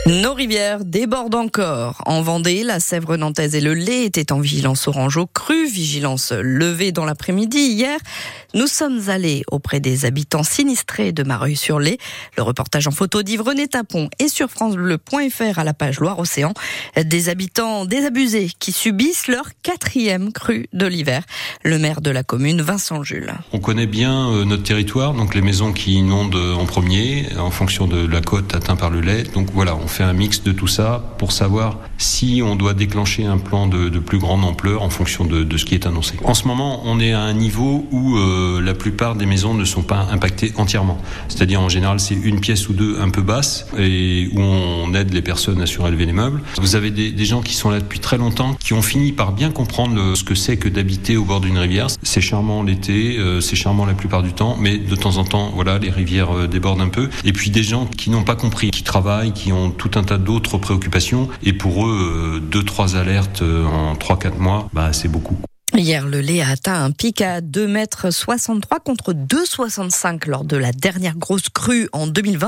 Nos rivières débordent encore. En Vendée, la Sèvre nantaise et le Lay étaient en vigilance orange aux crues, vigilance levée dans l'après-midi. Hier, nous sommes allés auprès des habitants sinistrés de Mareuil-sur-Lay. Le reportage en photo d'Yves René Tapon est sur francebleu.fr à la page Loire-Océan. Des habitants désabusés qui subissent leur 4e crue de l'hiver. Le maire de la commune, Vincent Jules. On connaît bien notre territoire, donc les maisons qui inondent en premier, en fonction de la côte atteinte par le Lay. Donc voilà, on fait un mix de tout ça pour savoir si on doit déclencher un plan de plus grande ampleur en fonction de ce qui est annoncé. En ce moment, on est à un niveau où la plupart des maisons ne sont pas impactées entièrement. C'est-à-dire en général, c'est une pièce ou deux un peu basse et où on aide les personnes à surélever les meubles. Vous avez des gens qui sont là depuis très longtemps, qui ont fini par bien comprendre ce que c'est que d'habiter au bord d'une rivière. C'est charmant l'été, c'est charmant la plupart du temps, mais de temps en temps, voilà, les rivières débordent un peu. Et puis des gens qui n'ont pas compris, qui travaillent, qui ont tout un tas d'autres préoccupations. Et pour eux, 2-3 alertes en 3-4 mois, c'est beaucoup. Hier, le Lay a atteint un pic à 2,63 m contre 2,65 m lors de la dernière grosse crue en 2020.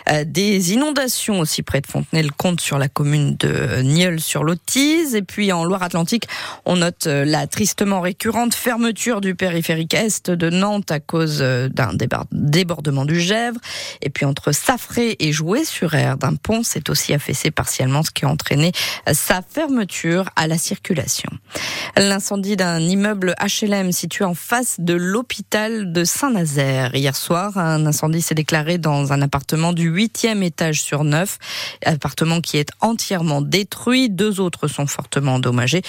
Des inondations aussi près de Fontenay-le-Comte sur la commune de Nieul-sur-Lotise. Et puis en Loire-Atlantique, on note la tristement récurrente fermeture du périphérique est de Nantes à cause d'un débordement du Gèvre. Et puis entre Saffré et Joué-sur-Aire d'un pont, c'est aussi affaissé partiellement, ce qui a entraîné sa fermeture à la circulation. L'incendie d'un immeuble HLM situé en face de l'hôpital de Saint-Nazaire. Hier soir, un incendie s'est déclaré dans un appartement du 8e étage sur 9. Appartement qui est entièrement détruit. 2 autres sont fortement endommagés.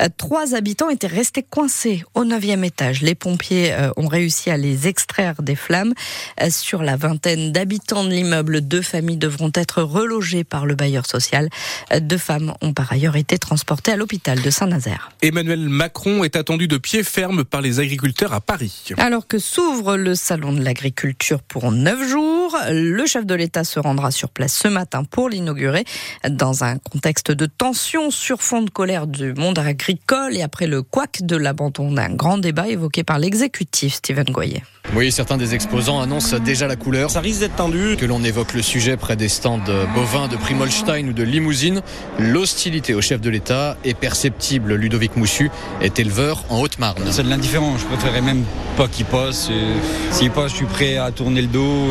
3 habitants étaient restés coincés au 9e étage. Les pompiers ont réussi à les extraire des flammes. Sur la vingtaine d'habitants de l'immeuble, 2 familles devront être relogées par le bailleur social. 2 femmes ont par ailleurs été transportées à l'hôpital de Saint-Nazaire. Emmanuel Macron est attendu de pied ferme par les agriculteurs à Paris. Alors que s'ouvre le salon de l'agriculture pour 9 jours, le chef de l'État se rendra sur place ce matin pour l'inaugurer dans un contexte de tension sur fond de colère du monde agricole et après le couac de l'abandon d'un grand débat évoqué par l'exécutif Stephen Goyer. Oui, certains des exposants annoncent déjà la couleur. Ça risque d'être tendu. Que l'on évoque le sujet près des stands bovins de Primolstein ou de Limousine, l'hostilité au chef de l'État est perceptible. Ludovic Moussu est éleveur en Haute-Marne. C'est de l'indifférent, je préférerais même pas qu'il passe. S'il passe, je suis prêt à tourner le dos.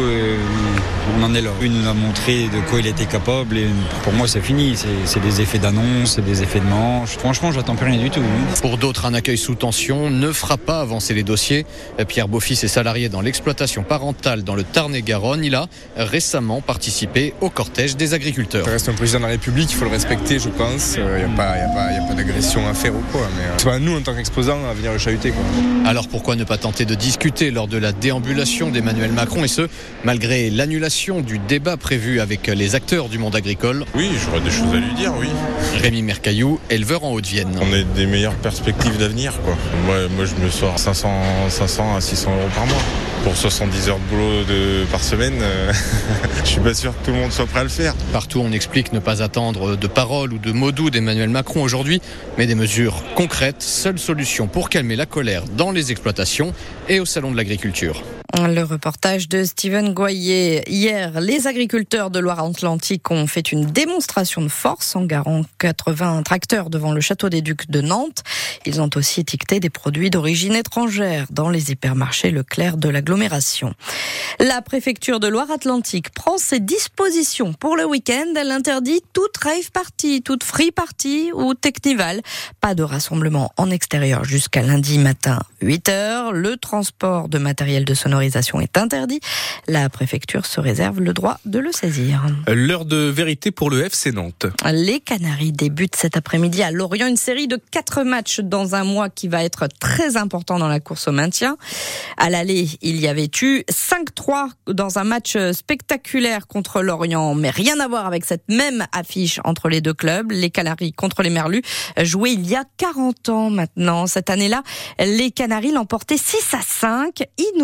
On en est là. Il nous a montré de quoi il était capable et pour moi c'est fini. C'est des effets d'annonce, c'est des effets de manche. Franchement, j'attends plus rien du tout. Pour d'autres, un accueil sous tension ne fera pas avancer les dossiers. Pierre Beaufils est salarié dans l'exploitation parentale dans le Tarn-et-Garonne. Il a récemment participé au cortège des agriculteurs. Ça reste un président de la République, il faut le respecter, je pense. Il n'y a pas d'agression à faire ou quoi. Mais c'est pas à nous, en tant qu'exposants, à venir le chahuter, quoi. Alors pourquoi ne pas tenter de discuter lors de la déambulation d'Emmanuel Macron, et ce, malgré l'annulation du débat prévu avec les acteurs du monde agricole? Oui, j'aurais des choses à lui dire, oui. Rémi Mercaillou, éleveur en Haute-Vienne. On a des meilleures perspectives d'avenir, quoi. Moi, je me sors 500 à 600 euros par mois. Pour 70 heures de boulot par semaine, je suis pas sûr que tout le monde soit prêt à le faire. Partout, on explique ne pas attendre de paroles ou de mots doux d'Emmanuel Macron aujourd'hui, mais des mesures concrètes, seule solution pour calmer la colère dans les exploitations et au salon de l'agriculture. Le reportage de Stephen Goyer. Hier, les agriculteurs de Loire-Atlantique ont fait une démonstration de force en garant 80 tracteurs devant le château des Ducs de Nantes. Ils ont aussi étiqueté des produits d'origine étrangère dans les hypermarchés Leclerc de l'agglomération. La préfecture de Loire-Atlantique prend ses dispositions pour le week-end. Elle interdit toute rave party, toute free party ou technival. Pas de rassemblement en extérieur jusqu'à lundi matin 8h. Le transport de matériel de sonorisation est interdit. La préfecture se réserve le droit de le saisir. L'heure de vérité pour le FC Nantes. Les Canaries débutent cet après-midi à Lorient une série de 4 matchs dans un mois qui va être très important dans la course au maintien. À l'aller, il y avait eu 5-3 dans un match spectaculaire contre Lorient, mais rien à voir avec cette même affiche entre les deux clubs. Les Canaries contre les Merlus, joués il y a 40 ans maintenant. Cette année-là, les Canaries l'emportaient 6-5, inoubliable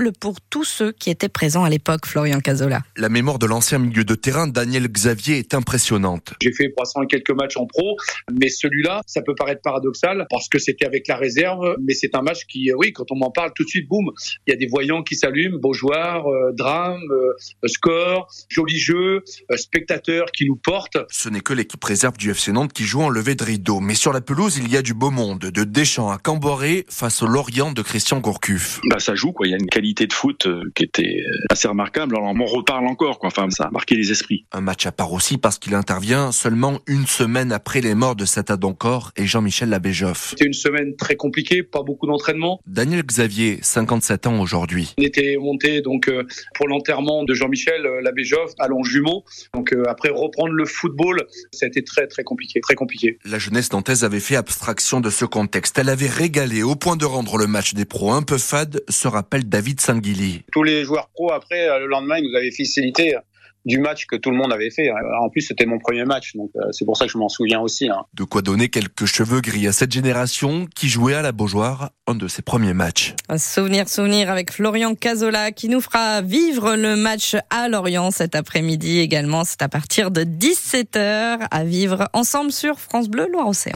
indélébile pour tous ceux qui étaient présents à l'époque, Florian Cazzola. La mémoire de l'ancien milieu de terrain Daniel Xavier est impressionnante. J'ai fait 300 et quelques matchs en pro, mais celui-là, ça peut paraître paradoxal parce que c'était avec la réserve, mais c'est un match qui, oui, quand on m'en parle tout de suite, boum, il y a des voyants qui s'allument, beaux joueurs, drame, score, joli jeu, spectateurs qui nous portent. Ce n'est que l'équipe réserve du FC Nantes qui joue en levée de rideau, mais sur la pelouse, il y a du beau monde, de Deschamps à Camboré face au Lorient de Christian Gourcuff. Ça joue, quoi. Il y a une qualité de foot qui était assez remarquable. Alors, on en reparle encore, quoi. Enfin, ça a marqué les esprits. Un match à part aussi parce qu'il intervient seulement une semaine après les morts de Sata Doncor et Jean-Michel Labéjoff. C'était une semaine très compliquée, pas beaucoup d'entraînement. Daniel Xavier, 57 ans aujourd'hui. On était monté donc pour l'enterrement de Jean-Michel Labéjoff à Longjumeau. Donc après reprendre le football, ça a été très très compliqué, très compliqué. La jeunesse nantaise avait fait abstraction de ce contexte. Elle avait régalé au point de rendre le match des pros un peu fade, se rappelle David Sanguili. Tous les joueurs pros après le lendemain, ils nous avaient félicité du match que tout le monde avait fait. En plus, c'était mon premier match, donc c'est pour ça que je m'en souviens aussi. De quoi donner quelques cheveux gris à cette génération qui jouait à la Beaujoire un de ses premiers matchs. Un souvenir avec Florian Cazzola qui nous fera vivre le match à Lorient cet après-midi également. C'est à partir de 17h à vivre ensemble sur France Bleu Loire-Océan.